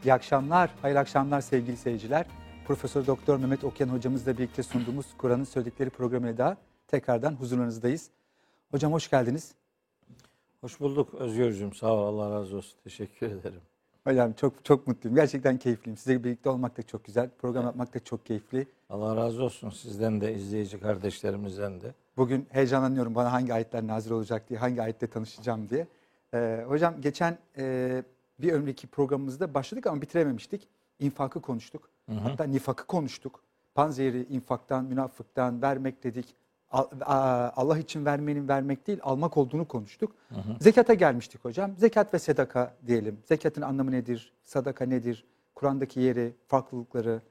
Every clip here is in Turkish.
İyi akşamlar, hayırlı akşamlar sevgili seyirciler. Profesör Doktor Mehmet Okyan hocamızla birlikte sunduğumuz Kur'an'ın Söyledikleri programıyla da tekrardan huzurlarınızdayız. Hocam hoş geldiniz. Hoş bulduk Özgürcüğüm. Sağ ol, Allah razı olsun. Teşekkür ederim. Hocam çok mutluyum. Gerçekten keyifliyim. Sizle birlikte olmak da çok güzel. Program yapmak da çok keyifli. Allah razı olsun sizden de, izleyici kardeşlerimizden de. Bugün heyecanlanıyorum bana hangi ayetler nazil olacak diye, hangi ayette tanışacağım diye. Hocam geçen bir önceki programımızda başladık ama bitirememiştik. İnfakı konuştuk. Hatta nifakı konuştuk. Panzehiri infaktan, münafıktan vermek dedik. Allah için vermenin vermek değil, almak olduğunu konuştuk. Zekata gelmiştik hocam. Zekat ve sedaka diyelim. Zekatın anlamı nedir? Sadaka nedir? Kur'an'daki yeri, farklılıkları.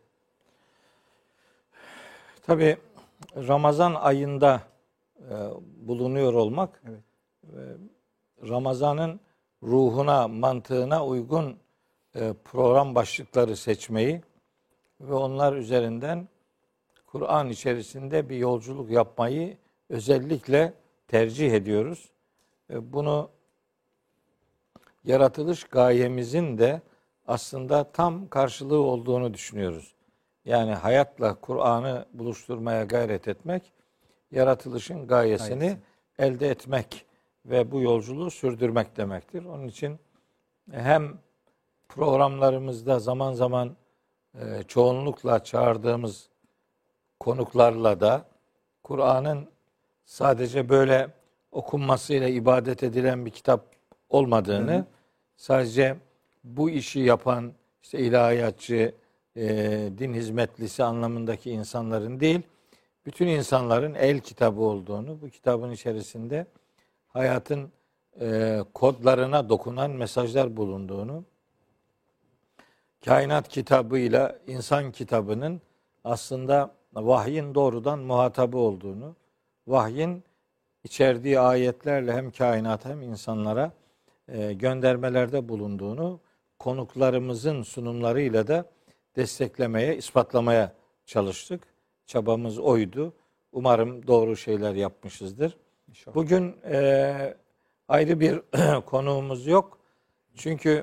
Tabii Ramazan ayında bulunuyor olmak, Evet. Ramazan'ın ruhuna, mantığına uygun program başlıkları seçmeyi ve onlar üzerinden Kur'an içerisinde bir yolculuk yapmayı özellikle tercih ediyoruz. Bunu yaratılış gayemizin de aslında tam karşılığı olduğunu düşünüyoruz. Yani hayatla Kur'an'ı buluşturmaya gayret etmek, yaratılışın gayesini elde etmek ve bu yolculuğu sürdürmek demektir. Onun için hem programlarımızda zaman zaman çoğunlukla çağırdığımız konuklarla da Kur'an'ın sadece böyle okunmasıyla ibadet edilen bir kitap olmadığını, sadece bu işi yapan işte ilahiyatçı, din hizmetlisi anlamındaki insanların değil, bütün insanların el kitabı olduğunu, bu kitabın içerisinde hayatın kodlarına dokunan mesajlar bulunduğunu, kainat kitabıyla insan kitabının aslında vahyin doğrudan muhatabı olduğunu, vahyin içerdiği ayetlerle hem kainat hem insanlara göndermelerde bulunduğunu konuklarımızın sunumlarıyla da desteklemeye, ispatlamaya çalıştık. Çabamız oydu. Umarım doğru şeyler yapmışızdır. İnşallah. Bugün ayrı bir konuğumuz yok. Çünkü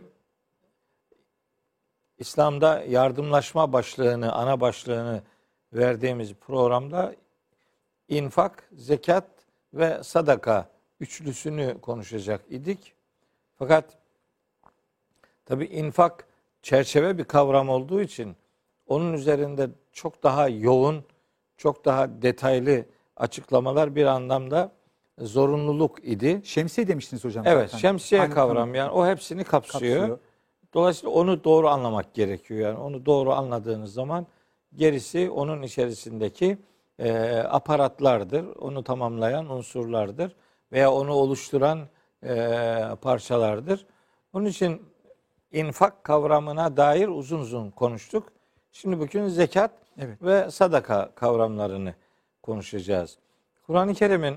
İslam'da yardımlaşma başlığını, ana başlığını verdiğimiz programda infak, zekat ve sadaka üçlüsünü konuşacak idik. Fakat tabii infak çerçeve bir kavram olduğu için onun üzerinde çok daha yoğun, çok daha detaylı açıklamalar bir anlamda zorunluluk idi. Şemsiye demiştiniz hocam. Evet, zaten. şemsiye kavram yani o hepsini kapsıyor. Dolayısıyla onu doğru anlamak gerekiyor. Yani onu doğru anladığınız zaman gerisi onun içerisindeki aparatlardır. Onu tamamlayan unsurlardır. Veya onu oluşturan parçalardır. Onun için infak kavramına dair uzun uzun konuştuk. Şimdi bugün zekat ve sadaka kavramlarını konuşacağız. Kur'an-ı Kerim'in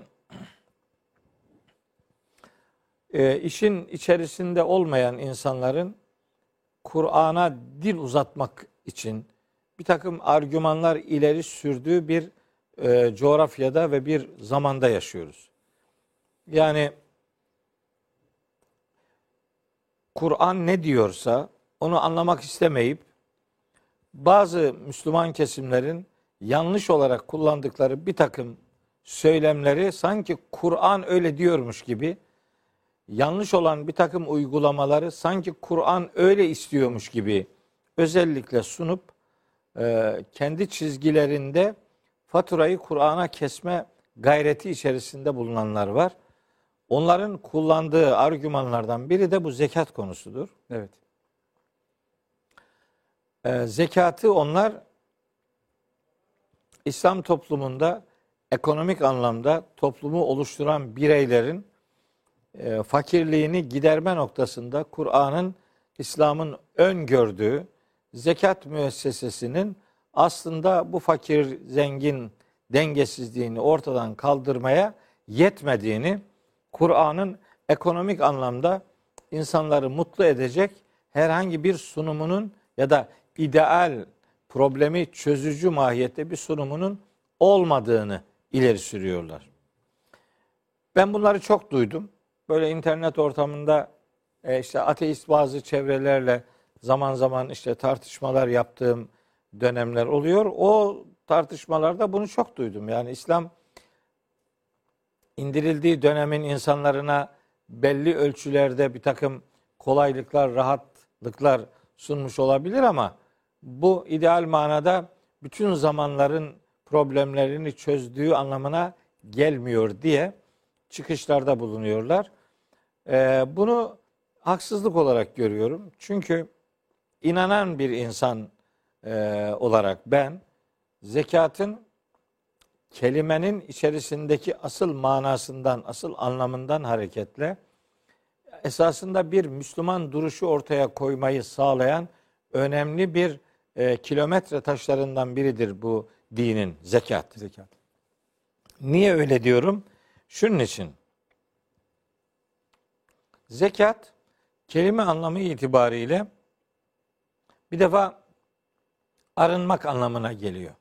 işin içerisinde olmayan insanların Kur'an'a dil uzatmak için bir takım argümanlar ileri sürdüğü bir coğrafyada ve bir zamanda yaşıyoruz. Yani Kur'an ne diyorsa onu anlamak istemeyip bazı Müslüman kesimlerin yanlış olarak kullandıkları bir takım söylemleri sanki Kur'an öyle diyormuş gibi, yanlış olan bir takım uygulamaları sanki Kur'an öyle istiyormuş gibi özellikle sunup kendi çizgilerinde faturayı Kur'an'a kesme gayreti içerisinde bulunanlar var. Onların kullandığı argümanlardan biri de bu zekat konusudur. Evet. Zekatı onlar İslam toplumunda ekonomik anlamda toplumu oluşturan bireylerin fakirliğini giderme noktasında Kur'an'ın, İslam'ın öngördüğü zekat müessesesinin aslında bu fakir zengin dengesizliğini ortadan kaldırmaya yetmediğini, Kur'an'ın ekonomik anlamda insanları mutlu edecek herhangi bir sunumunun ya da ideal problemi çözücü mahiyette bir sunumunun olmadığını ileri sürüyorlar. Ben bunları çok duydum. Böyle internet ortamında işte ateist bazı çevrelerle zaman zaman işte tartışmalar yaptığım dönemler oluyor. O tartışmalarda bunu çok duydum. Yani İslam indirildiği dönemin insanlarına belli ölçülerde bir takım kolaylıklar, rahatlıklar sunmuş olabilir ama bu ideal manada bütün zamanların problemlerini çözdüğü anlamına gelmiyor diye çıkışlarda bulunuyorlar. Bunu haksızlık olarak görüyorum. Çünkü inanan bir insan olarak ben zekatın kelimenin içerisindeki asıl manasından, asıl anlamından hareketle esasında bir Müslüman duruşu ortaya koymayı sağlayan önemli bir kilometre taşlarından biridir bu dinin zekat. Zekat. Niye öyle diyorum? Şunun için. Zekat kelime anlamı itibariyle bir defa arınmak anlamına geliyor.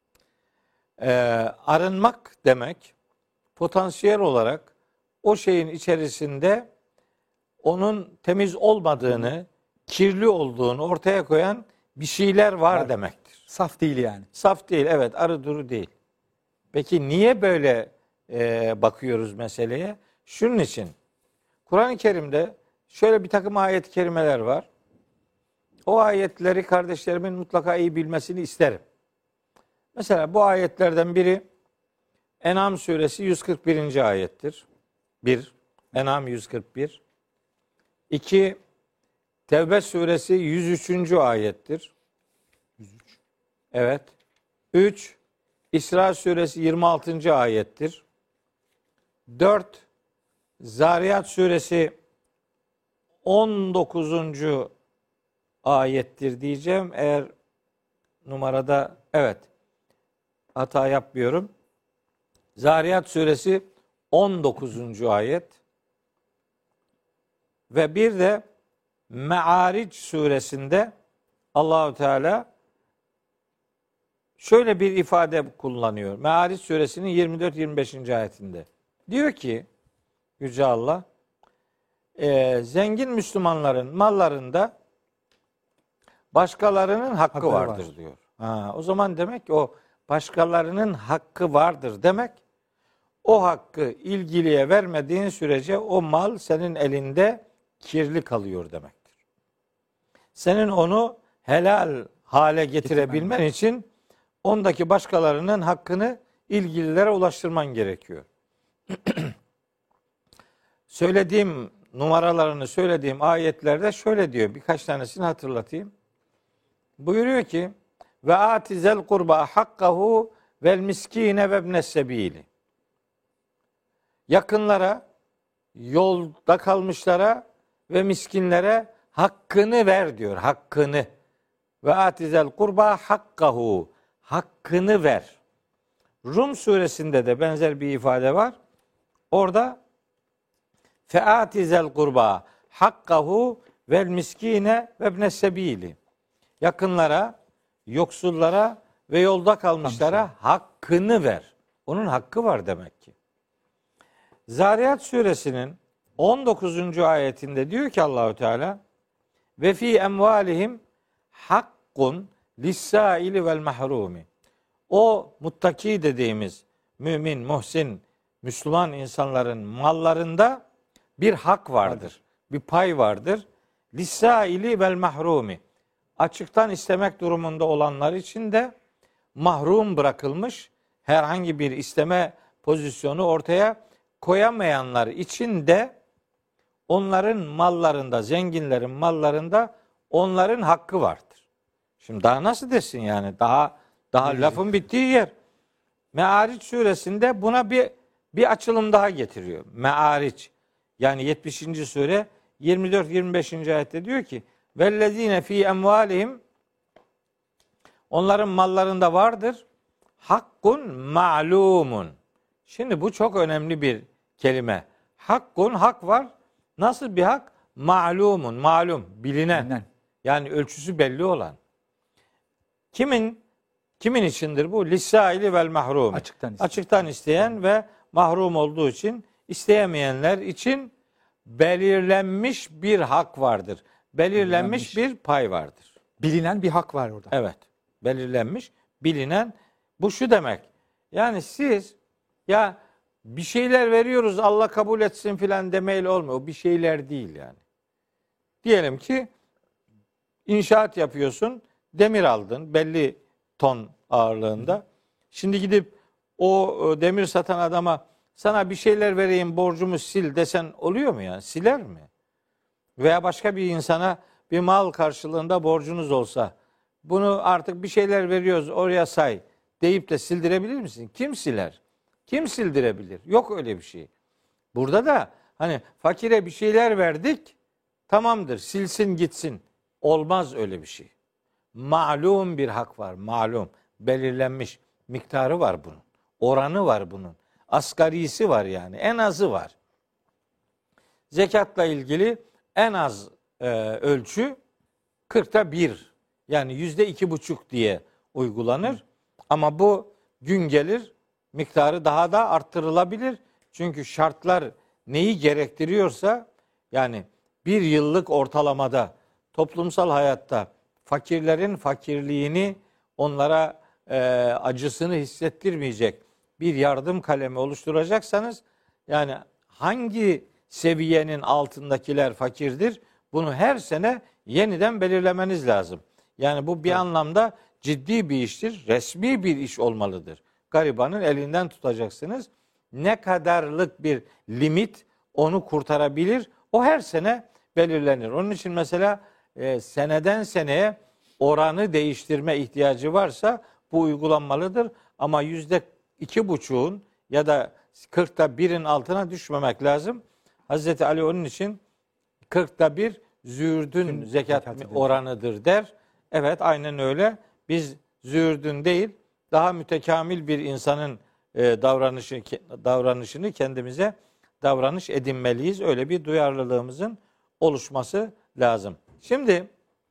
Arınmak demek potansiyel olarak o şeyin içerisinde onun temiz olmadığını, kirli olduğunu ortaya koyan bir şeyler var demektir. Saf değil yani. Saf değil, evet, arı duru değil. Peki niye böyle bakıyoruz meseleye? Şunun için. Kur'an-ı Kerim'de şöyle bir takım ayet-i kerimeler var. O ayetleri kardeşlerimin mutlaka iyi bilmesini isterim. Mesela bu ayetlerden biri En'am suresi 141. ayettir. 1. En'am 141. 2. Tevbe suresi 103. ayettir. 103. Evet. 3. İsra suresi 26. ayettir. 4. Zariyat suresi 19. ayettir diyeceğim. Eğer numarada evet hata yapmıyorum. Zariyat suresi 19. ayet ve bir de Me'aric suresinde Allahu Teala şöyle bir ifade kullanıyor. Me'aric suresinin 24-25. ayetinde. Diyor ki Yüce Allah zengin Müslümanların mallarında başkalarının hakkı vardır diyor. O zaman demek ki o başkalarının hakkı vardır demek. O hakkı ilgiliye vermediğin sürece o mal senin elinde kirli kalıyor demektir. Senin onu helal hale getirebilmen için ondaki başkalarının hakkını ilgililere ulaştırman gerekiyor. Söylediğim ayetlerde şöyle diyor. Birkaç tanesini hatırlatayım. Buyuruyor ki ve atizel kurba hakkahu vel miskine ve ibnes sebili. Yakınlara, yolda kalmışlara ve miskinlere hakkını ver diyor. Hakkını. Ve atizel kurba hakkahu. Hakkını ver. Rum suresinde de benzer bir ifade var. Orada featizel kurba hakkahu vel miskine ve ibnes sebili. Yakınlara, yoksullara ve yolda kalmışlara hakkını ver. Onun hakkı var demek ki. Zariyat suresinin 19. ayetinde diyor ki Allahu Teala ve fi emvalihim hakkun lis-saili vel mahrumi. O muttaki dediğimiz mümin, muhsin, Müslüman insanların mallarında bir hak vardır. Bir pay vardır. Lis-saili vel mahrumi. Açıktan istemek durumunda olanlar için de mahrum bırakılmış, herhangi bir isteme pozisyonu ortaya koyamayanlar için de onların mallarında, zenginlerin mallarında onların hakkı vardır. Şimdi daha nasıl desin yani? Daha lafın bittiği yer. Me'aric suresinde buna bir açılım daha getiriyor. Me'aric yani 70. sure 24-25. ayette diyor ki vellezine fi emvalihim onların mallarında vardır hakkun ma'lumun. Şimdi bu çok önemli bir kelime. Hakkun, hak var. Nasıl bir hak? Ma'lumun, malum, bilinen. Yani ölçüsü belli olan. Kimin içindir bu? Lissaili vel mahrum. Açıktan isteyen ve mahrum olduğu için isteyemeyenler için belirlenmiş bir hak vardır. belirlenmiş bir pay vardır. Bilinen bir hak var orada. Evet. Belirlenmiş, bilinen. Bu şu demek. Yani siz ya bir şeyler veriyoruz Allah kabul etsin filan demeyle olmuyor. O bir şeyler değil yani. Diyelim ki inşaat yapıyorsun. Demir aldın belli ton ağırlığında. Şimdi gidip o demir satan adama sana bir şeyler vereyim borcumu sil desen oluyor mu yani? Siler mi? Veya başka bir insana bir mal karşılığında borcunuz olsa bunu artık bir şeyler veriyoruz oraya say deyip de sildirebilir misin? Kim siler? Kim sildirebilir? Yok öyle bir şey. Burada da hani fakire bir şeyler verdik tamamdır silsin gitsin. Olmaz öyle bir şey. Malum bir hak var. Malum. Belirlenmiş. Miktarı var bunun. Oranı var bunun. Asgarisi var yani. En azı var. Zekatla ilgili en az ölçü 40'ta 1. Yani %2,5 diye uygulanır. Ama bu gün gelir miktarı daha da arttırılabilir. Çünkü şartlar neyi gerektiriyorsa yani bir yıllık ortalamada toplumsal hayatta fakirlerin fakirliğini onlara acısını hissettirmeyecek bir yardım kalemi oluşturacaksanız yani hangi seviyenin altındakiler fakirdir bunu her sene yeniden belirlemeniz lazım. Yani bu bir anlamda ciddi bir iştir. Resmi bir iş olmalıdır. Garibanın elinden tutacaksınız. Ne kadarlık bir limit onu kurtarabilir? O her sene belirlenir. Onun için mesela seneden seneye oranı değiştirme ihtiyacı varsa bu uygulanmalıdır. Ama %2,5'un ya da 40'ta 1'in altına düşmemek lazım. Hazreti Ali onun için 40'ta 1 züğürdün zekat oranıdır der. Evet aynen öyle. Biz züğürdün değil daha mütekamil bir insanın davranışını kendimize davranış edinmeliyiz. Öyle bir duyarlılığımızın oluşması lazım. Şimdi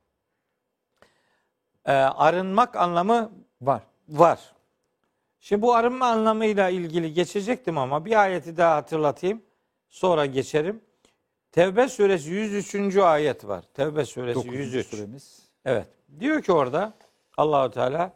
arınmak anlamı var. Şimdi bu arınma anlamıyla ilgili geçecektim ama bir ayeti daha hatırlatayım. Sonra geçerim. Tevbe suresi 103. ayet var. Tevbe suresi 103. Suremiz. Evet. Diyor ki orada Allahu Teala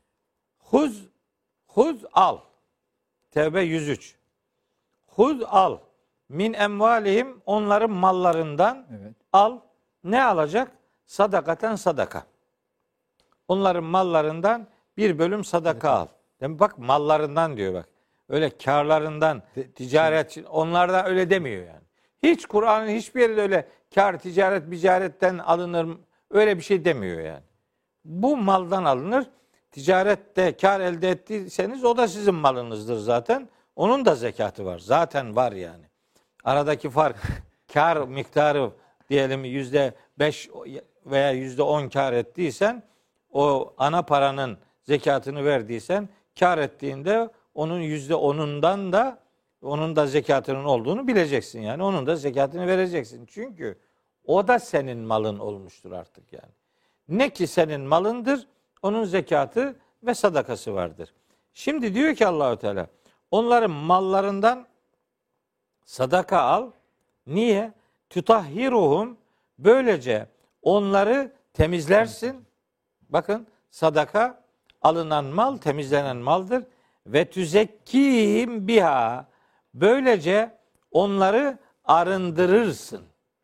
Huz al. Tevbe 103. Huz al. Min emvalihim onların mallarından al. Ne alacak? Sadakaten sadaka. Onların mallarından bir bölüm sadaka al. Değil bak mallarından diyor bak. Öyle karlarından, ticaret onlardan öyle demiyor yani. Hiç Kur'an'ın hiçbir yerinde öyle kar, ticaretten alınır öyle bir şey demiyor yani. Bu maldan alınır. Ticarette kar elde ettiyseniz o da sizin malınızdır zaten. Onun da zekatı var. Zaten var yani. Aradaki fark kar miktarı diyelim %5 veya %10 kar ettiysen o ana paranın zekatını verdiysen kar ettiğinde onun %10'undan da onun da zekatının olduğunu bileceksin yani. Onun da zekatını vereceksin. Çünkü o da senin malın olmuştur artık yani. Ne ki senin malındır, onun zekatı ve sadakası vardır. Şimdi diyor ki Allahu Teala, onların mallarından sadaka al. Niye? Tutahhiruhum. Böylece onları temizlersin. Bakın sadaka alınan mal temizlenen maldır. Ve tüzekkihim biha. Böylece onları arındırırsın.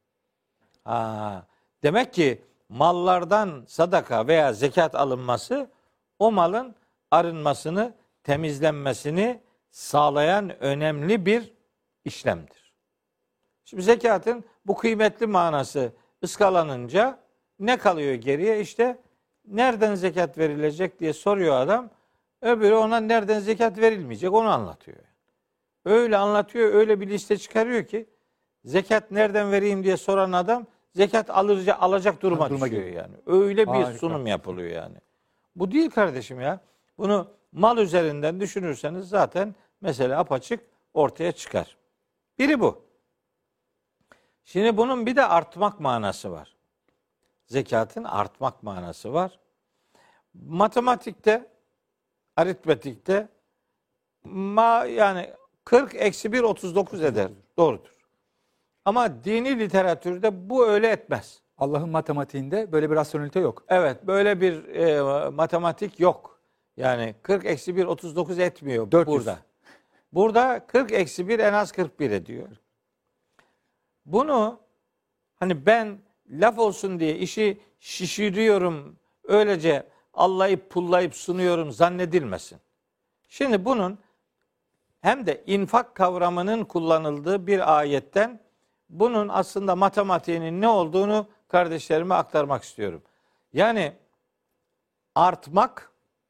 Demek ki mallardan sadaka veya zekat alınması o malın arınmasını, temizlenmesini sağlayan önemli bir işlemdir. Şimdi zekatın bu kıymetli manası ıskalanınca ne kalıyor geriye? İşte nereden zekat verilecek diye soruyor adam. Öbürü ona nereden zekat verilmeyecek onu anlatıyor. Öyle anlatıyor, öyle bir liste çıkarıyor ki zekat nereden vereyim diye soran adam zekat alacak duruma düşüyor yani. Öyle bir sunum yapılıyor yani. Bu değil kardeşim ya. Bunu mal üzerinden düşünürseniz zaten mesele apaçık ortaya çıkar. Biri bu. Şimdi bunun bir de artmak manası var. Zekatın artmak manası var. Matematikte, aritmetikte yani 40 eksi 1 39 eder. Doğrudur. Ama dini literatürde bu öyle etmez. Allah'ın matematiğinde böyle bir rasyonelite yok. Evet, böyle bir matematik yok. Yani 40 eksi 1 39 etmiyor 400. burada. Burada 40 eksi 1 en az 41 ediyor. Bunu hani ben laf olsun diye işi şişiriyorum, öylece allayıp pullayıp sunuyorum zannedilmesin. Şimdi bunun hem de infak kavramının kullanıldığı bir ayetten bunun aslında matematiğinin ne olduğunu kardeşlerime aktarmak istiyorum. Yani artmak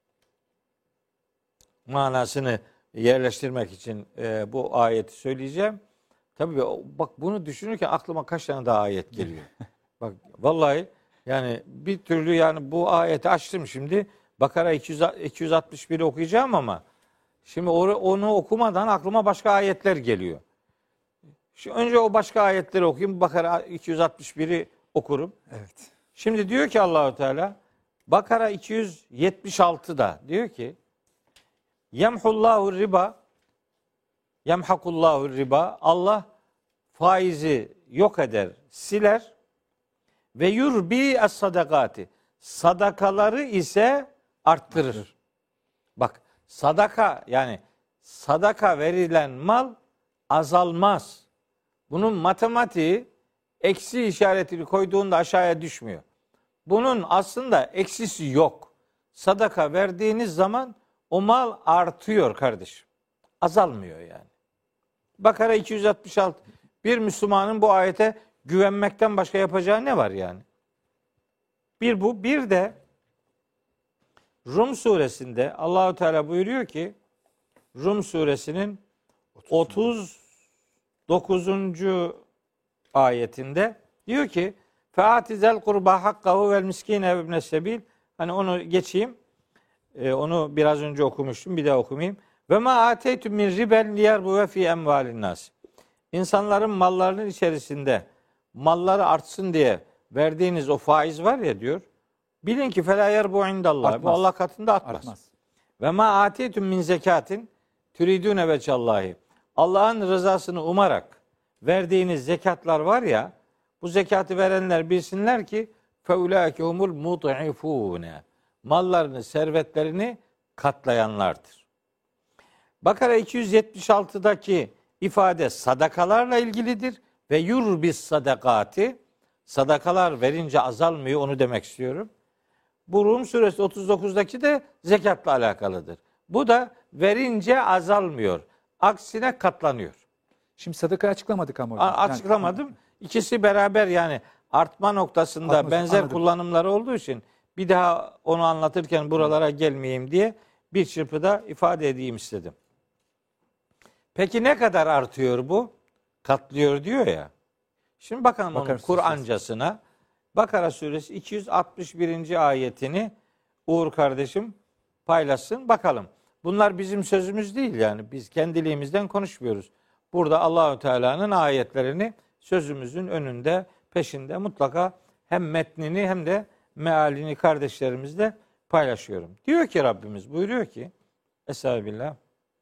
manasını yerleştirmek için bu ayeti söyleyeceğim. Tabii bak bunu düşünürken aklıma kaç tane daha ayet geliyor. Bak vallahi yani bir türlü yani bu ayeti açtım şimdi. Bakara 261'i okuyacağım ama şimdi onu okumadan aklıma başka ayetler geliyor. Şimdi önce o başka ayetleri okuyayım. Bakara 261'i okurum. Evet. Şimdi diyor ki Allahu Teala Bakara 276'da diyor ki Yemhakullahu riba Allah faizi yok eder, siler ve yurbi es-sadakati sadakaları ise arttırır. Bak sadaka yani sadaka verilen mal azalmaz. Bunun matematiği eksi işaretini koyduğunda aşağıya düşmüyor. Bunun aslında eksisi yok. Sadaka verdiğiniz zaman o mal artıyor kardeşim. Azalmıyor yani. Bakara 266. Bir Müslümanın bu ayete güvenmekten başka yapacağı ne var yani? Bir bu, bir de Rum suresinde Allahu Teala buyuruyor ki Rum suresinin 39. ayetinde diyor ki Featizel kurba hakkahu vel miskine ve ibnes sebil. Hani onu geçeyim. Onu biraz önce okumuştum. Bir daha okumayayım. Ve ma ateytum min riben liyarbu ve fi emvalin nas. İnsanların mallarının içerisinde malları artsın diye verdiğiniz o faiz var ya diyor. Bilin ki fela yerbu indallah. Bu Allah katında artmaz. Ve ma ateytum min zekatin türidune veçallahi. Allah'ın rızasını umarak verdiğiniz zekatlar var ya, bu zekatı verenler bilsinler ki feulaike humul mud'ifune. Mallarını, servetlerini katlayanlardır. Bakara 276'daki ifade sadakalarla ilgilidir ve yurbis sadakati sadakalar verince azalmıyor onu demek istiyorum. Bu Rum suresi 39'daki de zekatla alakalıdır. Bu da verince azalmıyor. Aksine katlanıyor. Şimdi sadakayı açıklamadık ama hocam. Açıklamadım. İkisi beraber yani artma noktasında Artması, benzer anladım. kullanımları olduğu için bir daha onu anlatırken buralara gelmeyeyim diye bir çırpıda ifade edeyim istedim. Peki ne kadar artıyor bu? Katlıyor diyor ya. Şimdi bakalım onun Kur'ancasına. Bakara suresi 261. ayetini Uğur kardeşim paylaşsın. Bakalım. Bunlar bizim sözümüz değil yani. Biz kendiliğimizden konuşmuyoruz. Burada Allahü Teala'nın ayetlerini sözümüzün önünde, peşinde mutlaka hem metnini hem de mealini kardeşlerimizle paylaşıyorum. Diyor ki Rabbimiz buyuruyor ki Estağfirullah.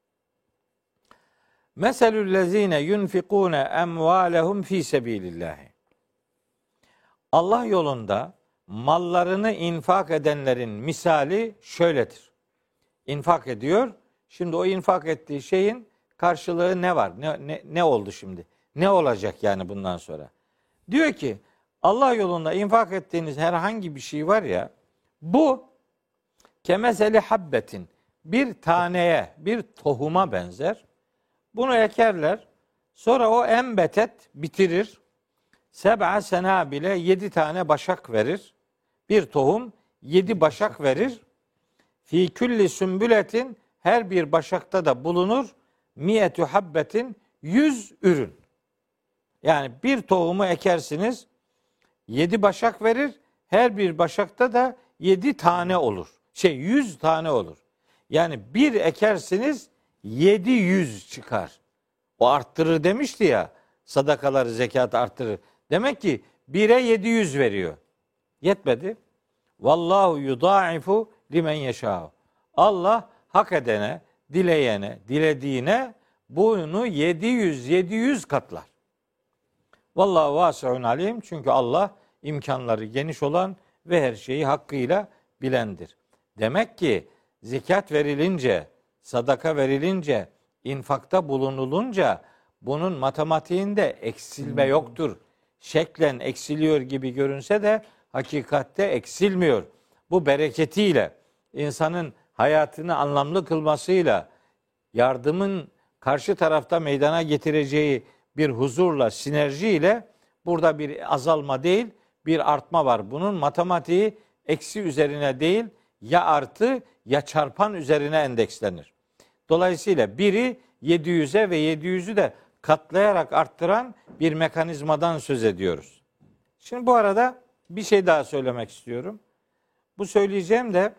Meselüllezine yunfikune emvalehum fi sebilillahi. Allah yolunda mallarını infak edenlerin misali şöyledir. İnfak ediyor. Şimdi o infak ettiği şeyin karşılığı ne var? Ne oldu şimdi? Ne olacak yani bundan sonra? Diyor ki Allah yolunda infak ettiğiniz herhangi bir şey var ya bu kemeseli habbetin bir taneye, bir tohuma benzer. Bunu ekerler. Sonra o embetet bitirir. Seb'a sena bile 7 tane başak verir. Bir tohum 7 başak verir. Fi külli sümbületin her bir başakta da bulunur. Miyetü habbetin 100 ürün. Yani bir tohumu ekersiniz 7 başak verir. Her bir başakta da 7 tane olur. 100 tane olur. Yani bir ekersiniz 700 çıkar. O arttırır demişti ya. Sadakaları, zekatı arttırır. Demek ki 1'e 700 veriyor. Yetmedi. Vallahu yudaifu limen yeşâ. Allah hak edene, dileyene, dilediğine bunu 700 katlar. Vallahu vasiun alim. Çünkü Allah imkanları geniş olan ve her şeyi hakkıyla bilendir. Demek ki zekat verilince, sadaka verilince, infakta bulunulunca bunun matematiğinde eksilme yoktur. Şeklen eksiliyor gibi görünse de hakikatte eksilmiyor. Bu bereketiyle, insanın hayatını anlamlı kılmasıyla, yardımın karşı tarafta meydana getireceği bir huzurla, sinerjiyle burada bir azalma değil, bir artma var. Bunun matematiği eksi üzerine değil, ya artı ya çarpan üzerine endekslenir. Dolayısıyla biri 700'e ve 700'ü de katlayarak arttıran bir mekanizmadan söz ediyoruz. Şimdi bu arada bir şey daha söylemek istiyorum. Bu söyleyeceğim de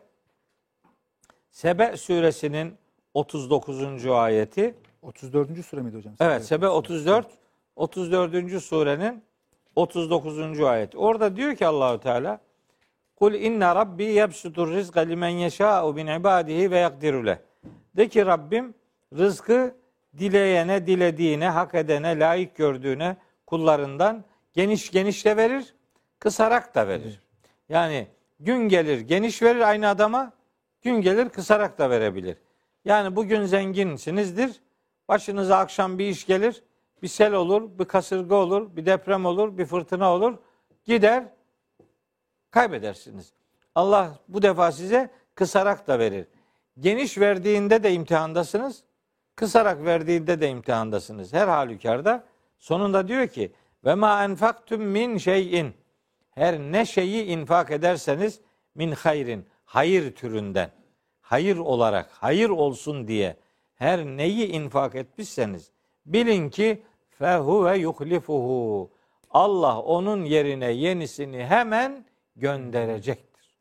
Sebe suresinin 39. ayeti. 34. sure miydi hocam? Evet, Sebe 34. 34. surenin 39. ayeti. Orada diyor ki Allahu Teala: "Kul inne rabbi yebsutur rizqa limen yeşâ'u min ibadihi ve yakdiru leh." De ki Rabbim rızkı dileyene, dilediğine, hak edene, layık gördüğüne kullarından geniş geniş de verir, kısarak da verir. Yani gün gelir geniş verir aynı adama, gün gelir kısarak da verebilir. Yani bugün zenginsinizdir, başınıza akşam bir iş gelir, bir sel olur, bir kasırga olur, bir deprem olur, bir fırtına olur, gider, kaybedersiniz. Allah bu defa size kısarak da verir. Geniş verdiğinde de imtihandasınız, kısarak verdiğinde de imtihandasınız. Her halükarda sonunda diyor ki: "Ve ma enfaktum min şeyin." Her ne şeyi infak ederseniz min hayrin, hayır türünden, hayır olarak, hayır olsun diye her neyi infak etmişseniz bilin ki fehuve yuhlifuhu. Allah onun yerine yenisini hemen gönderecektir.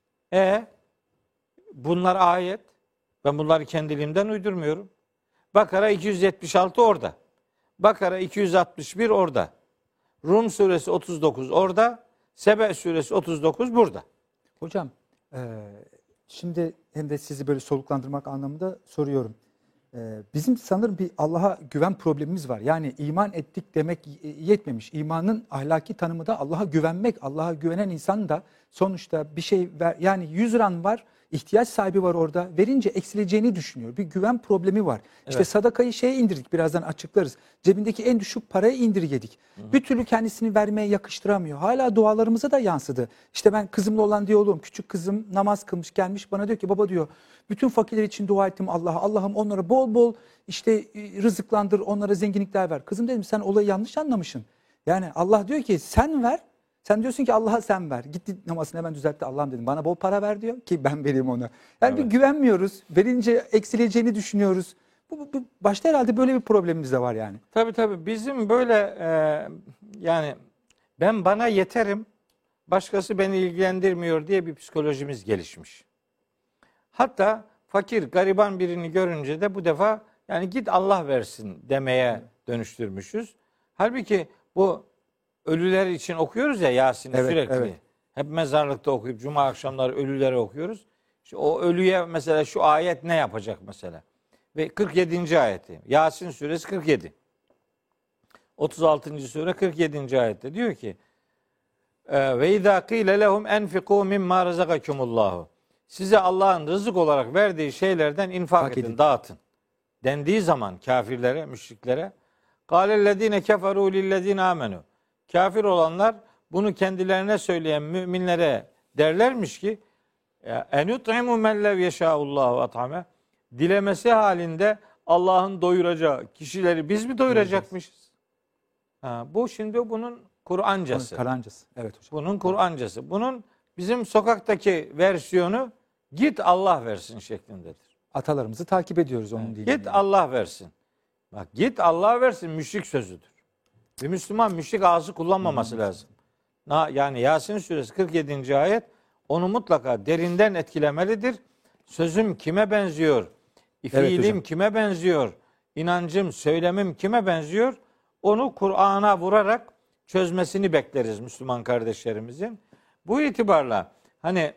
Bunlar ayet. Ben bunları kendiliğimden uydurmuyorum. Bakara 276 orada. Bakara 261 orada. Rum suresi 39 orada. Sebe suresi 39 burada. Hocam şimdi hem de sizi böyle soluklandırmak anlamında soruyorum. Bizim sanırım bir Allah'a güven problemimiz var. Yani iman ettik demek yetmemiş. İmanın ahlaki tanımı da Allah'a güvenmek. Allah'a güvenen insan da sonuçta bir şey ver. Yani 100 liran var, ihtiyaç sahibi var orada. Verince eksileceğini düşünüyor. Bir güven problemi var. İşte Evet. sadakayı indirdik, birazdan açıklarız. Cebindeki en düşük parayı indirgedik. Bir türlü kendisini vermeye yakıştıramıyor. Hala dualarımıza da yansıdı. İşte ben kızımla olan diyaloğum, küçük kızım namaz kılmış gelmiş bana diyor ki baba diyor, bütün fakirler için dua ettim Allah'a. Allah'ım onlara bol bol rızıklandır, onlara zenginlikler ver. Kızım dedim sen olayı yanlış anlamışsın. Yani Allah diyor ki sen ver. Sen diyorsun ki Allah'a sen ver. Gitti namazını hemen düzeltti. Allah'ım dedim bana bol para ver diyor ki ben vereyim ona. Yani bir güvenmiyoruz. Verince eksileceğini düşünüyoruz. Bu başta herhalde böyle bir problemimiz de var yani. Tabii bizim böyle yani ben bana yeterim, başkası beni ilgilendirmiyor diye bir psikolojimiz gelişmiş. Hatta fakir, gariban birini görünce de bu defa yani git Allah versin demeye dönüştürmüşüz. Halbuki bu ölüler için okuyoruz ya Yasin'i sürekli. Evet. Hep mezarlıkta okuyup cuma akşamları ölülere okuyoruz. İşte o ölüye mesela şu ayet ne yapacak mesela? Ve 47. ayeti. Yasin suresi 47. 36. sure 47. ayette diyor ki: "Ve izâ kîle lehum enfikû mimmâ razakakumullahu." Size Allah'ın rızık olarak verdiği şeylerden infak edin, dağıtın dendiği zaman kafirlere, müşriklere, "Kâlellezîne keferû lillezîne âmenû." Kafir olanlar bunu kendilerine söyleyen müminlere derlermiş ki: "En yut'imu men lev yeşâullâhu at'ame." Dilemesi halinde Allah'ın doyuracağı kişileri biz mi doyuracakmışız? Bu şimdi bunun Kur'ancası. Karancası. Evet hocam. Bunun Kur'ancası. Bunun bizim sokaktaki versiyonu git Allah versin şeklindedir. Atalarımızı takip ediyoruz onun diliyle. Git Allah versin. Bak git Allah versin müşrik sözüdür. Bir Müslüman müşrik ağzı kullanmaması lazım. Yani Yasin suresi 47. ayet onu mutlaka derinden etkilemelidir. Sözüm kime benziyor? Fiilim kime benziyor? İnancım, söylemim kime benziyor? Onu Kur'an'a vurarak çözmesini bekleriz Müslüman kardeşlerimizin. Bu itibarla hani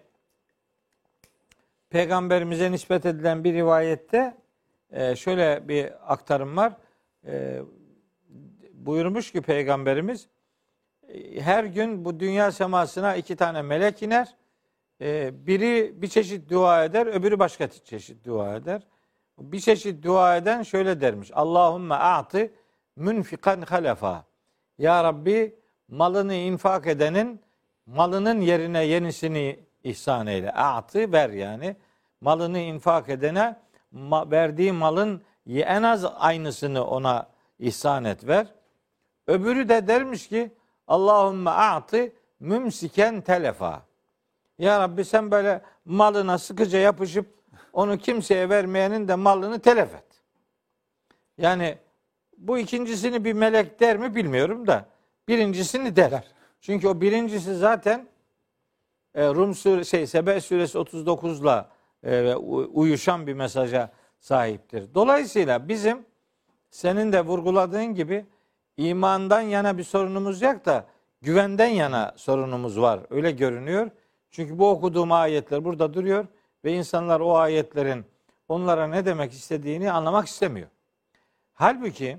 Peygamberimize nispet edilen bir rivayette şöyle bir aktarım var. Buyurmuş ki Peygamberimiz her gün bu dünya semasına 2 tane melek iner. Biri bir çeşit dua eder, öbürü başka çeşit dua eder. Bir çeşit dua eden şöyle dermiş. Allahümme a'ti münfikan halefa. Ya Rabbi, malını infak edenin malının yerine yenisini ihsan eyle. A'ti, ver yani. Malını infak edene verdiği malın en az aynısını ona ihsan et, ver. Öbürü de dermiş ki Allahümme a'ti mümsiken telefa. Ya Rabbi, sen böyle malına sıkıca yapışıp onu kimseye vermeyenin de malını telef et. Yani bu ikincisini bir melek der mi bilmiyorum da birincisini der. Çünkü o birincisi zaten Sebe suresi 39'la uyuşan bir mesaja sahiptir. Dolayısıyla bizim senin de vurguladığın gibi imandan yana bir sorunumuz yok da güvenden yana sorunumuz var. Öyle görünüyor. Çünkü bu okuduğum ayetler burada duruyor ve insanlar o ayetlerin onlara ne demek istediğini anlamak istemiyor. Halbuki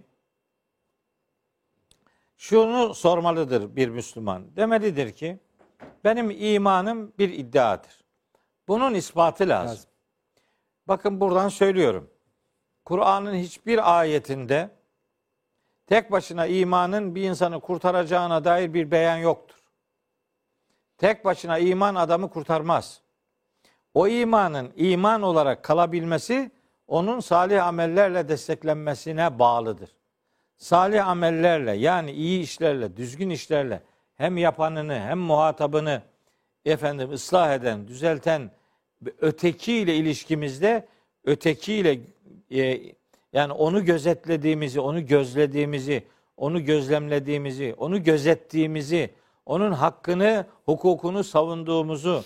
şunu sormalıdır bir Müslüman. Demelidir ki benim imanım bir iddiadır. Bunun ispatı lazım. Bakın buradan söylüyorum. Kur'an'ın hiçbir ayetinde tek başına imanın bir insanı kurtaracağına dair bir beyan yoktur. Tek başına iman adamı kurtarmaz. O imanın iman olarak kalabilmesi onun salih amellerle desteklenmesine bağlıdır. Salih amellerle, yani iyi işlerle, düzgün işlerle hem yapanını hem muhatabını ıslah eden, düzelten, ötekiyle ilişkimizde ötekiyle yani onu gözetlediğimizi, onu gözlediğimizi, onu gözlemlediğimizi, onu gözettiğimizi, onun hakkını, hukukunu savunduğumuzu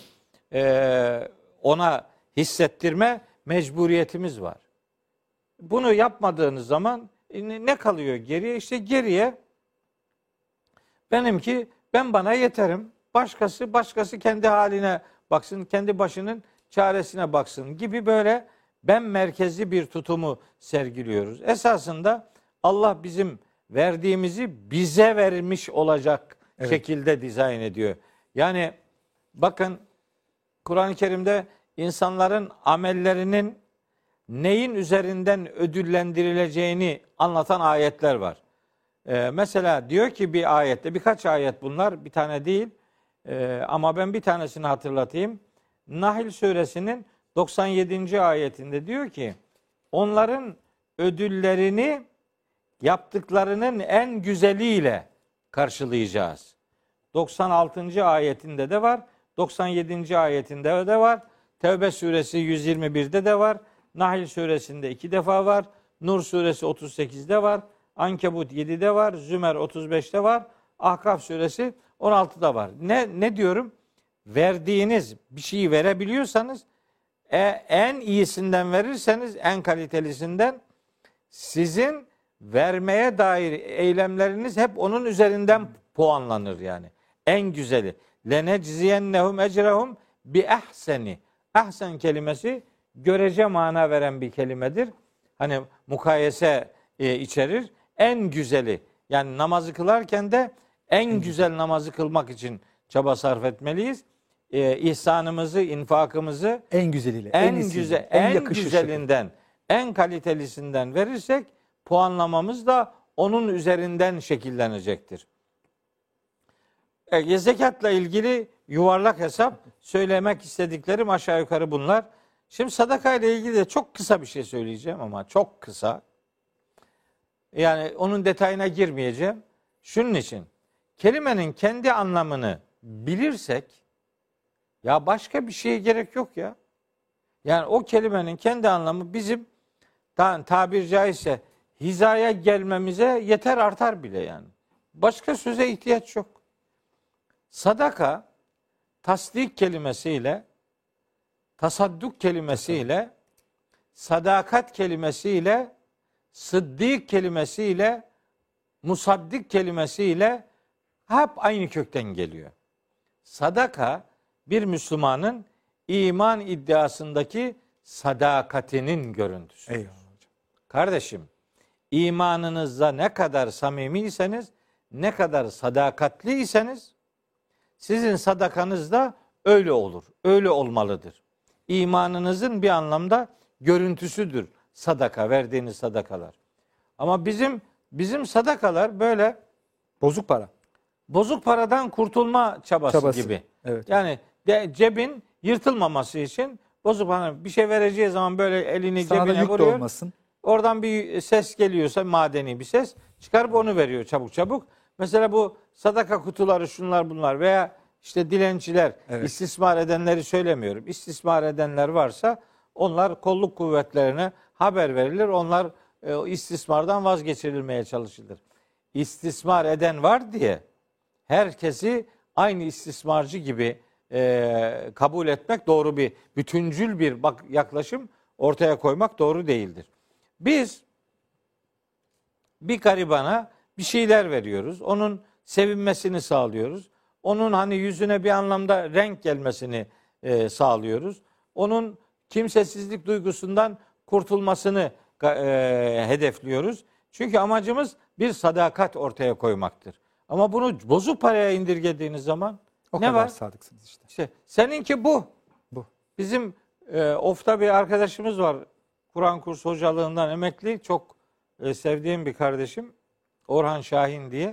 ona hissettirme mecburiyetimiz var. Bunu yapmadığınız zaman ne kalıyor geriye? İşte geriye ben bana yeterim. Başkası kendi haline baksın, kendi başının çaresine baksın gibi böyle ben merkezli bir tutumu sergiliyoruz. Esasında Allah bizim verdiğimizi bize vermiş olacak şekilde dizayn ediyor. Yani bakın Kur'an-ı Kerim'de insanların amellerinin neyin üzerinden ödüllendirileceğini anlatan ayetler var. Mesela diyor ki bir ayette, birkaç ayet bunlar, bir tane değil, ama ben bir tanesini hatırlatayım. Nahl suresinin 97. ayetinde diyor ki onların ödüllerini yaptıklarının en güzeliyle karşılayacağız. 96. ayetinde de var, 97. ayetinde de var, Tevbe suresi 121'de de var, Nahl suresinde 2 defa var, Nur suresi 38'de var, Ankebut 7'de var, Zümer 35'te var, Ahkaf suresi 16'da var. Ne diyorum? Verdiğiniz bir şeyi verebiliyorsanız en iyisinden verirseniz, en kalitelisinden, sizin vermeye dair eylemleriniz hep onun üzerinden puanlanır yani. En güzeli. Lenecziyennehum ecrehum bi ahseni. Ahsen kelimesi görece mana veren bir kelimedir. Hani mukayese içerir. En güzeli. Yani namazı kılarken de en güzel namazı kılmak için çaba sarf etmeliyiz. İhsanımızı, infakımızı en güzeliyle, en güzelinden, en kalitelisinden verirsek puanlamamız da onun üzerinden şekillenecektir. Zekatla ilgili yuvarlak hesap söylemek istediklerim aşağı yukarı bunlar. Şimdi sadaka ile ilgili de çok kısa bir şey söyleyeceğim ama çok kısa. Yani onun detayına girmeyeceğim. Şunun için kelimenin kendi anlamını bilirsek ya başka bir şeye gerek yok ya. Yani o kelimenin kendi anlamı bizim tabir caizse hizaya gelmemize yeter, artar bile yani. Başka söze ihtiyaç yok. Sadaka tasdik kelimesiyle, tasadduk kelimesiyle, sadakat kelimesiyle, sıddık kelimesiyle, musaddik kelimesiyle hep aynı kökten geliyor. Sadaka bir Müslümanın iman iddiasındaki sadakatinin görüntüsü. Eyvallah hocam. Kardeşim, imanınızda ne kadar samimiyseniz ne kadar sadakatliyseniz sizin sadakanız da öyle olur. Öyle olmalıdır. İmanınızın bir anlamda görüntüsüdür sadaka, verdiğiniz sadakalar. Ama bizim sadakalar böyle Bozuk para. bozuk paradan kurtulma çabası gibi. Evet. Yani cebin yırtılmaması için bozuk para, bir şey vereceği zaman böyle elini Sana da cebine yük de vuruyor. olmasın. Oradan bir ses geliyorsa, madeni bir ses, çıkarıp onu veriyor çabuk çabuk. Mesela bu sadaka kutuları, şunlar bunlar veya işte dilenciler, Evet. istismar edenleri söylemiyorum. İstismar edenler varsa onlar kolluk kuvvetlerine haber verilir. Onlar istismardan vazgeçirilmeye çalışılır. İstismar eden var diye herkesi aynı istismarcı gibi kabul etmek doğru, bir bütüncül bir yaklaşım ortaya koymak doğru değildir. Biz bir garibana bir şeyler veriyoruz. Onun sevinmesini sağlıyoruz. Onun hani yüzüne bir anlamda renk gelmesini sağlıyoruz. Onun kimsesizlik duygusundan kurtulmasını hedefliyoruz. Çünkü amacımız bir sadakat ortaya koymaktır. Ama bunu bozuk paraya indirgediğiniz zaman O ne kadar var? sadıksınız işte. İşte seninki bu. Bu. Bizim Of'ta bir arkadaşımız var. Kur'an kursu hocalığından emekli. Çok sevdiğim bir kardeşim. Orhan Şahin diye.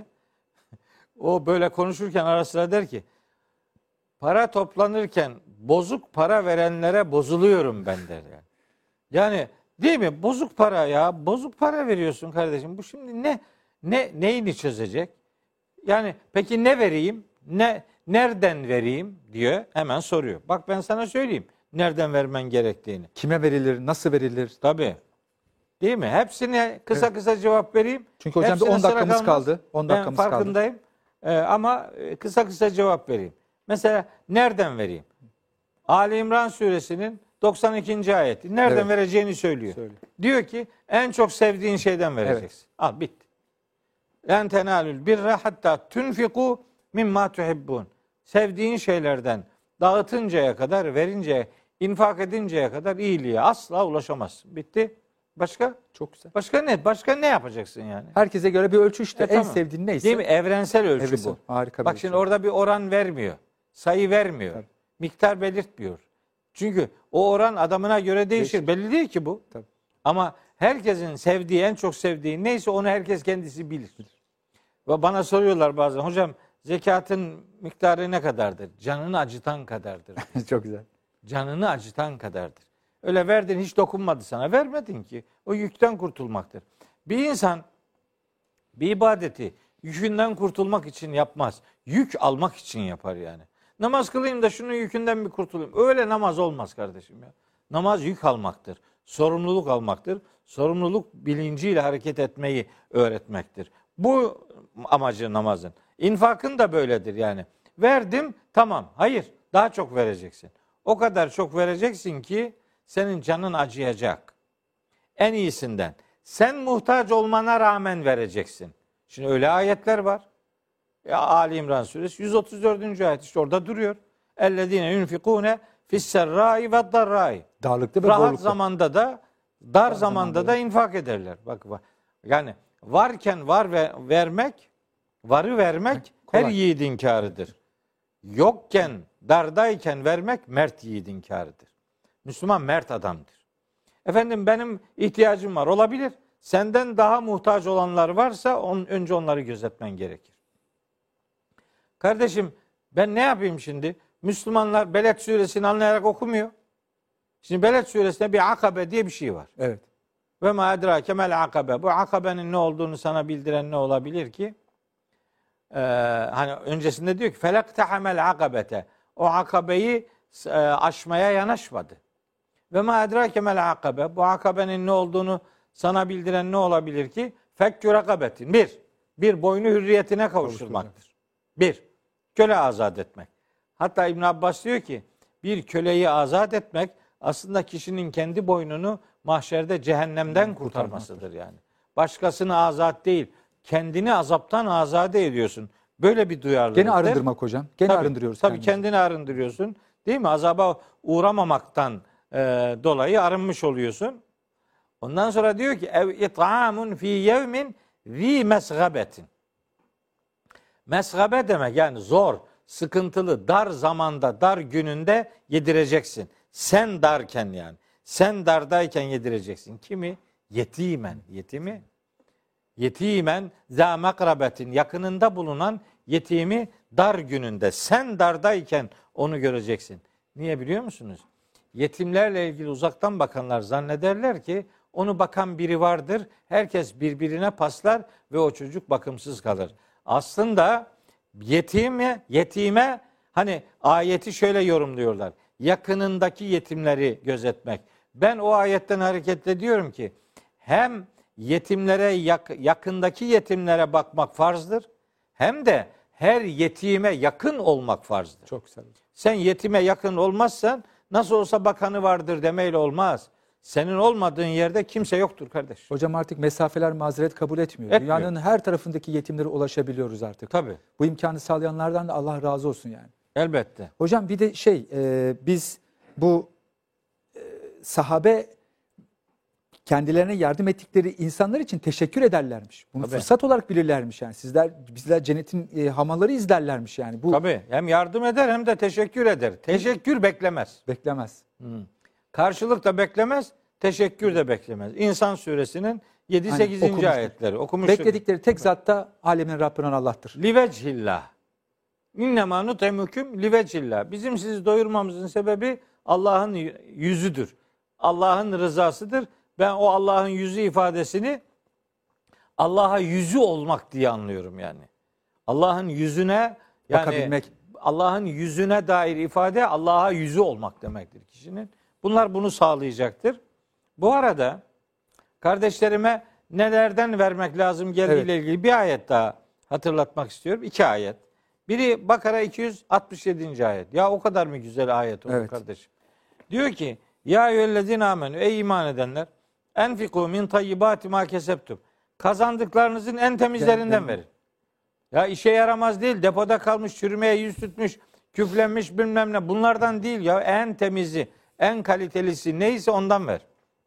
O böyle konuşurken ara sıra der ki, para toplanırken bozuk para verenlere bozuluyorum ben der yani. Yani değil mi? Bozuk para ya. Bozuk para veriyorsun kardeşim. Bu şimdi neyini çözecek? Yani peki ne vereyim? Nereden vereyim diyor. Hemen soruyor. Bak ben sana söyleyeyim nereden vermen gerektiğini. Kime verilir, nasıl verilir? Tabii. Değil mi? Hepsine kısa cevap vereyim. Çünkü hocam bir Hepsine 10 sıra dakikamız kalmaz. kaldı. 10 Ben dakikamız kaldı. farkındayım. Ama kısa cevap vereyim. Mesela nereden vereyim? Ali İmran suresinin 92. ayeti. Nereden Evet. vereceğini söylüyor. Söyle. Diyor ki en çok sevdiğin şeyden vereceksin. Al bitti. En tenalül birre hatta tunfiku mimma tuhibbun. Sevdiğin şeylerden dağıtıncaya kadar, infak edinceye kadar iyiliğe asla ulaşamazsın. Bitti. Başka? Çok güzel. Başka ne? Başka ne yapacaksın yani? Herkese göre bir ölçü işte. En Tamam. sevdiğin neyse. Değil mi? Evrensel ölçü Evrensel. bu. Harika bir Bak ölçü. şimdi orada bir oran vermiyor. Sayı vermiyor. Tabii. Miktar belirtmiyor. Çünkü o oran adamına göre değişir. Değişir. Belli değil ki bu. Tabii. Ama herkesin sevdiği, en çok sevdiği neyse onu herkes kendisi bilir. Ve bana soruyorlar bazen, hocam zekatın miktarı ne kadardır? Canını acıtan kadardır. Çok güzel. Canını acıtan kadardır. Öyle verdin, hiç dokunmadı sana. Vermedin ki. O yükten kurtulmaktır. Bir insan bir ibadeti yükünden kurtulmak için yapmaz. Yük almak için yapar yani. Namaz kılayım da şunun yükünden bir kurtulayım. Öyle namaz olmaz kardeşim ya. Namaz yük almaktır. Sorumluluk almaktır. Sorumluluk bilinciyle hareket etmeyi öğretmektir. Bu amacı namazın. İnfakın da böyledir yani. Verdim, tamam. Hayır, daha çok vereceksin. O kadar çok vereceksin ki senin canın acıyacak. En iyisinden. Sen muhtaç olmana rağmen vereceksin. Şimdi öyle ayetler var. Ali İmran suresi 134. ayet işte orada duruyor. Ellezine yunfikune fisserrai ve darrai. Darlıkta ve Rahat zorlukta. zamanda da dar zamanda da infak ederler. Bak yani varken varı vermek Kolay. her yiğidin kârıdır. Yokken, dardayken vermek mert yiğidin kârıdır. Müslüman mert adamdır. Efendim benim ihtiyacım var, olabilir. Senden daha muhtaç olanlar varsa önce onları gözetmen gerekir. Kardeşim ben ne yapayım şimdi? Müslümanlar Beled suresini anlayarak okumuyor. Şimdi Beled suresinde bir akabe diye bir şey var. Evet. Ve ma edrake mel akabe. Bu akabenin ne olduğunu sana bildiren ne olabilir ki? Hani öncesinde diyor ki felaktahamel akabete. O akabeyi aşmaya yanaşmadı. Ve ma edrake mel akabe. Bu akabenin ne olduğunu sana bildiren ne olabilir ki? Fekkü rakabetin. Bir boynu hürriyetine kavuşturmaktır. Köle azat etmek. Hatta İbn Abbas diyor ki bir köleyi azat etmek aslında kişinin kendi boynunu mahşerde cehennemden kurtarmasıdır yani. Başkasını azat değil, kendini azaptan azade ediyorsun. Böyle bir duyarlılıktır. Gene arındırmak hocam. Gene arındırıyoruz. Tabii kendimizi. kendini arındırıyorsun. Değil mi? Azaba uğramamaktan dolayı arınmış oluyorsun. Ondan sonra diyor ki ev it'amun fi yevmin zi mesgabetin. Mesgabe demek yani zor, sıkıntılı, dar zamanda, dar gününde yedireceksin. Sen darken yani. Sen dardayken yedireceksin. Kimi? Yetimen. Yetimi. Yetimen za makrabetin, yakınında bulunan yetimi dar gününde. Sen dardayken onu göreceksin. Niye biliyor musunuz? Yetimlerle ilgili uzaktan bakanlar zannederler ki onu bakan biri vardır. Herkes birbirine paslar ve o çocuk bakımsız kalır. Aslında yetime hani ayeti şöyle yorumluyorlar. Yakınındaki yetimleri gözetmek. Ben o ayetten hareketle diyorum ki hem yetimlere yakındaki yetimlere bakmak farzdır. Hem de her yetime yakın olmak farzdır. Çok güzel. Sen yetime yakın olmazsan nasıl olsa bakanı vardır demeyle olmaz. Senin olmadığın yerde kimse yoktur kardeş. Hocam artık mesafeler mazeret kabul etmiyor. Etmiyor. Dünyanın her tarafındaki yetimlere ulaşabiliyoruz artık. Tabii. Bu imkanı sağlayanlardan da Allah razı olsun yani. Elbette. Hocam bir de biz bu sahabe kendilerine yardım ettikleri insanlar için teşekkür ederlermiş. Bunu Tabii. fırsat olarak bilirlermiş yani. Bizler cennetin hamaları izlerlermiş yani. Bu Tabii. Hem yardım eder hem de teşekkür eder. Teşekkür beklemez. beklemez. Karşılık da beklemez, teşekkür de beklemez. İnsan suresinin 7-8. okumuştuk. ayetleri okumuştuk. Bekledikleri tek zat da alemin Rabbi olan Allah'tır. Livecihillah. İnnemâ nutemüküm livecihillah. Bizim sizi doyurmamızın sebebi Allah'ın yüzüdür. Allah'ın rızasıdır. Ben o Allah'ın yüzü ifadesini Allah'a yüzü olmak diye anlıyorum yani. Allah'ın yüzüne yani Bakabilmek. Allah'ın yüzüne dair ifade Allah'a yüzü olmak demektir kişinin. Bunlar bunu sağlayacaktır. Bu arada kardeşlerime nelerden vermek lazım geldiğiyle ilgili bir ayet daha hatırlatmak istiyorum. 2 ayet. Biri Bakara 267. ayet. Ya o kadar mı güzel ayet oldu kardeşim. Diyor ki ya eyyühellezine amenü, ey iman edenler, enfiku min tayyibati ma kesebtum. Kazandıklarınızın en temizlerinden verin. Ya işe yaramaz değil, depoda kalmış, çürümeye yüz tutmuş, küflenmiş bilmem ne. Bunlardan değil ya, en temizi, en kalitelisi neyse ondan ver.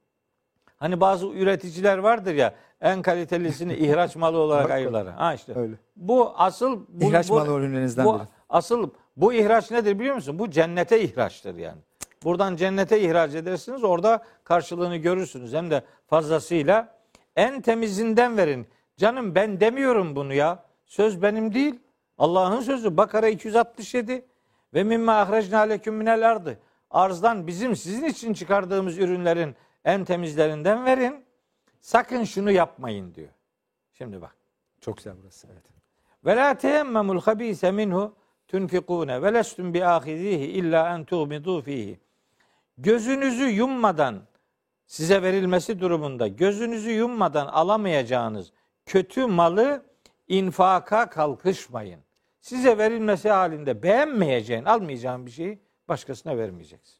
Hani bazı üreticiler vardır ya, en kalitelisini ihraç malı olarak ayırırlar. Ha işte. Öyle. Bu asıl İhraç malı ürünlerinizden biri. Bu ihraç nedir biliyor musun? Bu cennete ihraçtır yani. Buradan cennete ihraç edersiniz, orada karşılığını görürsünüz. Hem de fazlasıyla en temizinden verin. Canım ben demiyorum bunu ya. Söz benim değil. Allah'ın sözü. Bakara 267 ve mimme ahrecna leküm minel ardı. Arzdan bizim sizin için çıkardığımız ürünlerin en temizlerinden verin. Sakın şunu yapmayın diyor. Şimdi bak. Çok güzel burası. Evet. Ve la teyemmemul habise minhu tunfikune ve lestum bi ahizihi illa en tuğmidu fihi. Gözünüzü yummadan size verilmesi durumunda gözünüzü yummadan alamayacağınız kötü malı infaka kalkışmayın. Size verilmesi halinde beğenmeyeceğin, almayacağın bir şeyi başkasına vermeyeceksin.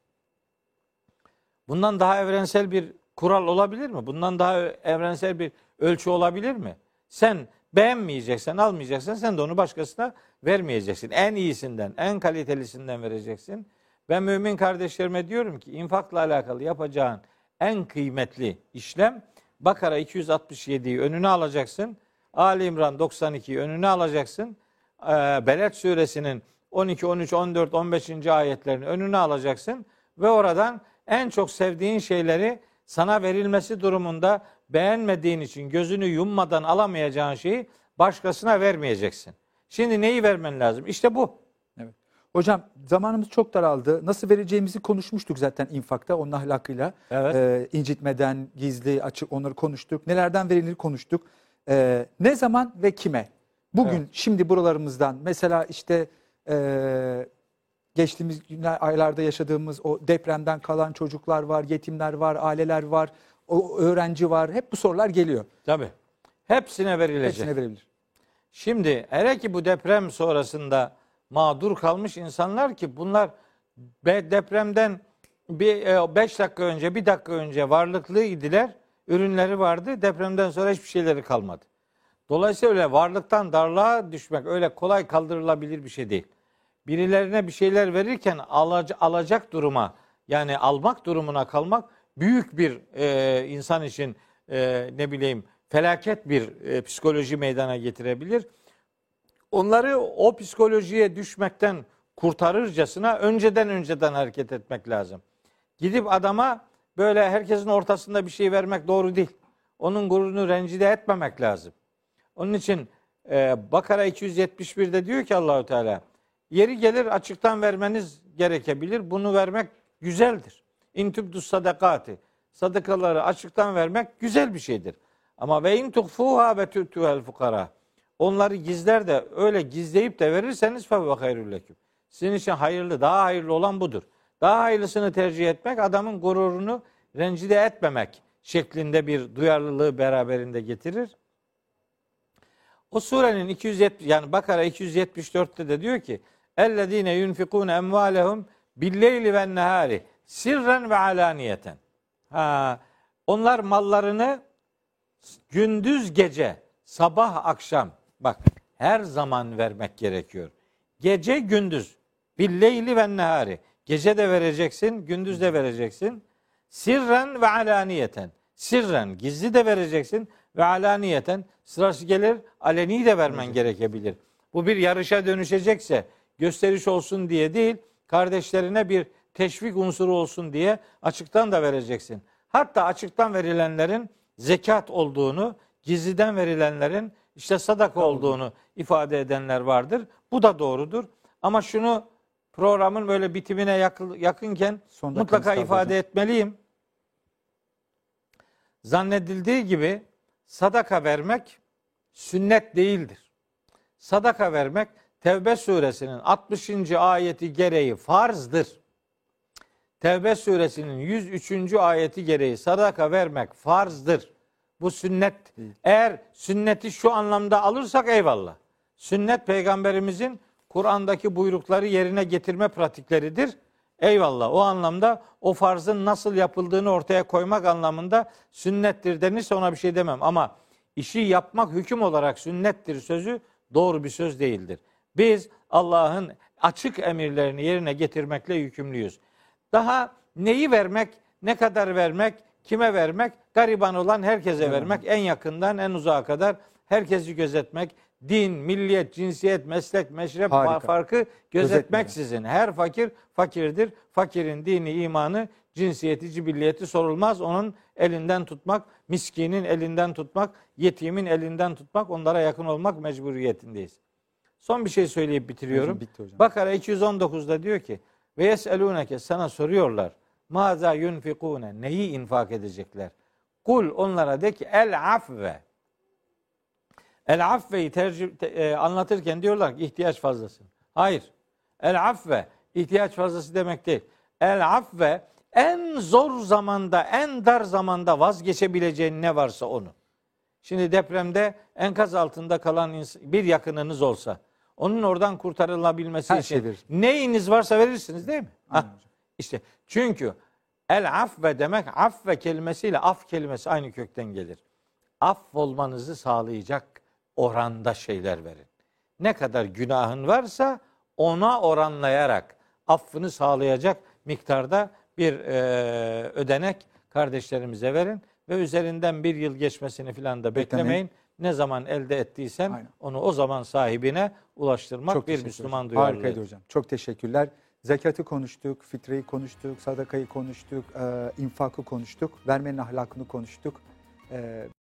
Bundan daha evrensel bir kural olabilir mi? Bundan daha evrensel bir ölçü olabilir mi? Sen beğenmeyeceksen, almayacaksan sen de onu başkasına vermeyeceksin. En iyisinden, en kalitelisinden vereceksin. Ben mümin kardeşlerime diyorum ki infakla alakalı yapacağın en kıymetli işlem Bakara 267'yi önüne alacaksın. Ali İmran 92'yi önüne alacaksın. Beled suresinin 12, 13, 14, 15. ayetlerini önüne alacaksın. Ve oradan en çok sevdiğin şeyleri sana verilmesi durumunda beğenmediğin için gözünü yummadan alamayacağın şeyi başkasına vermeyeceksin. Şimdi neyi vermen lazım? İşte bu. Evet. Hocam zamanımız çok daraldı. Nasıl vereceğimizi konuşmuştuk zaten infakta onun ahlakıyla. Evet. İncitmeden, gizli, açık onları konuştuk. Nelerden verilir konuştuk. Ne zaman ve kime? Bugün şimdi buralarımızdan mesela işte geçtiğimiz günler aylarda yaşadığımız o depremden kalan çocuklar var, yetimler var, aileler var, o öğrenci var. Hep bu sorular geliyor. Tabii. Hepsine verilecek. Hepsine verilir. Şimdi hele ki bu deprem sonrasında mağdur kalmış insanlar ki bunlar depremden 5 dakika önce, 1 dakika önce varlıklıydılar. Ürünleri vardı. Depremden sonra hiçbir şeyleri kalmadı. Dolayısıyla öyle varlıktan darlığa düşmek öyle kolay kaldırılabilir bir şey değil. Birilerine bir şeyler verirken alacak duruma yani almak durumuna kalmak büyük bir insan için felaket bir psikoloji meydana getirebilir. onları o psikolojiye düşmekten kurtarırcasına önceden hareket etmek lazım. Gidip adama böyle herkesin ortasında bir şey vermek doğru değil. Onun gururunu rencide etmemek lazım. Onun için Bakara 271'de diyor ki Allahu Teala, yeri gelir açıktan vermeniz gerekebilir. Bunu vermek güzeldir. İn tubdus sadakati. Sadakaları açıktan vermek güzel bir şeydir. Ama ve in tuhfuha ve tu'tuhel fukara. Onları gizler de öyle gizleyip de verirseniz fe ve hayrul leküm. Sizin için hayırlı, daha hayırlı olan budur. Daha hayırlısını tercih etmek adamın gururunu rencide etmemek şeklinde bir duyarlılığı beraberinde getirir. O surenin 270 yani Bakara 274'te de diyor ki: "Ellezine yunfikun emvalehum billeyli ven nehari sirren ve alaniyeten." Onlar mallarını gündüz gece, sabah akşam, bak her zaman vermek gerekiyor. Gece gündüz, billeyli ven nehari. Gece de vereceksin, gündüz de vereceksin. Sirren ve alaniyeten. Sirren, gizli de vereceksin ve alaniyeten, sırası gelir aleni de vermen gerekebilir. Bu bir yarışa dönüşecekse gösteriş olsun diye değil, kardeşlerine bir teşvik unsuru olsun diye açıktan da vereceksin. Hatta açıktan verilenlerin zekat olduğunu, gizliden verilenlerin işte sadaka olduğunu ifade edenler vardır. Bu da doğrudur. Ama şunu programın böyle bitimine yakınken mutlaka ifade etmeliyim. Zannedildiği gibi sadaka vermek sünnet değildir. Sadaka vermek Tevbe suresinin 60. ayeti gereği farzdır. Tevbe suresinin 103. ayeti gereği sadaka vermek farzdır. Bu sünnet. Eğer sünneti şu anlamda alırsak eyvallah. Sünnet peygamberimizin Kur'an'daki buyrukları yerine getirme pratikleridir. Eyvallah. O anlamda o farzın nasıl yapıldığını ortaya koymak anlamında sünnettir denirse ona bir şey demem. Ama işi yapmak hüküm olarak sünnettir sözü doğru bir söz değildir. Biz Allah'ın açık emirlerini yerine getirmekle yükümlüyüz. Daha neyi vermek, ne kadar vermek, kime vermek? Gariban olan herkese vermek, en yakından en uzağa kadar herkesi gözetmek, din, milliyet, cinsiyet, meslek, meşrep farkı gözetmeksizin. Her fakir fakirdir. Fakirin dini, imanı, cinsiyeti, cibilliyeti sorulmaz. Onun elinden tutmak, miskinin elinden tutmak, yetimin elinden tutmak, onlara yakın olmak mecburiyetindeyiz. Son bir şey söyleyip bitiriyorum. Bakara 219'da diyor ki: "Ve yeselûneke, sana soruyorlar. Mâzâ yunfikûne, neyi infak edecekler? Kul, onlara de ki el afve." El affe'yi anlatırken diyorlar ki ihtiyaç fazlası. Hayır. El afve ihtiyaç fazlası demek değil. El afve en zor zamanda, en dar zamanda vazgeçebileceğin ne varsa onu. Şimdi depremde enkaz altında kalan bir yakınınız olsa, onun oradan kurtarılabilmesi için neyiniz varsa verirsiniz değil mi? İşte çünkü el afve demek, afve kelimesiyle af kelimesi aynı kökten gelir. Affolmanızı sağlayacak oranda şeyler verin. Ne kadar günahın varsa ona oranlayarak affını sağlayacak miktarda bir ödenek kardeşlerimize verin ve üzerinden bir yıl geçmesini filan da beklemeyin. Ne zaman elde ettiysen onu o zaman sahibine ulaştırmak çok bir Müslüman duyarlılığı. Harikaydı hocam. Çok teşekkürler. Zekatı konuştuk, fitreyi konuştuk, sadakayı konuştuk, infakı konuştuk, vermenin ahlakını konuştuk.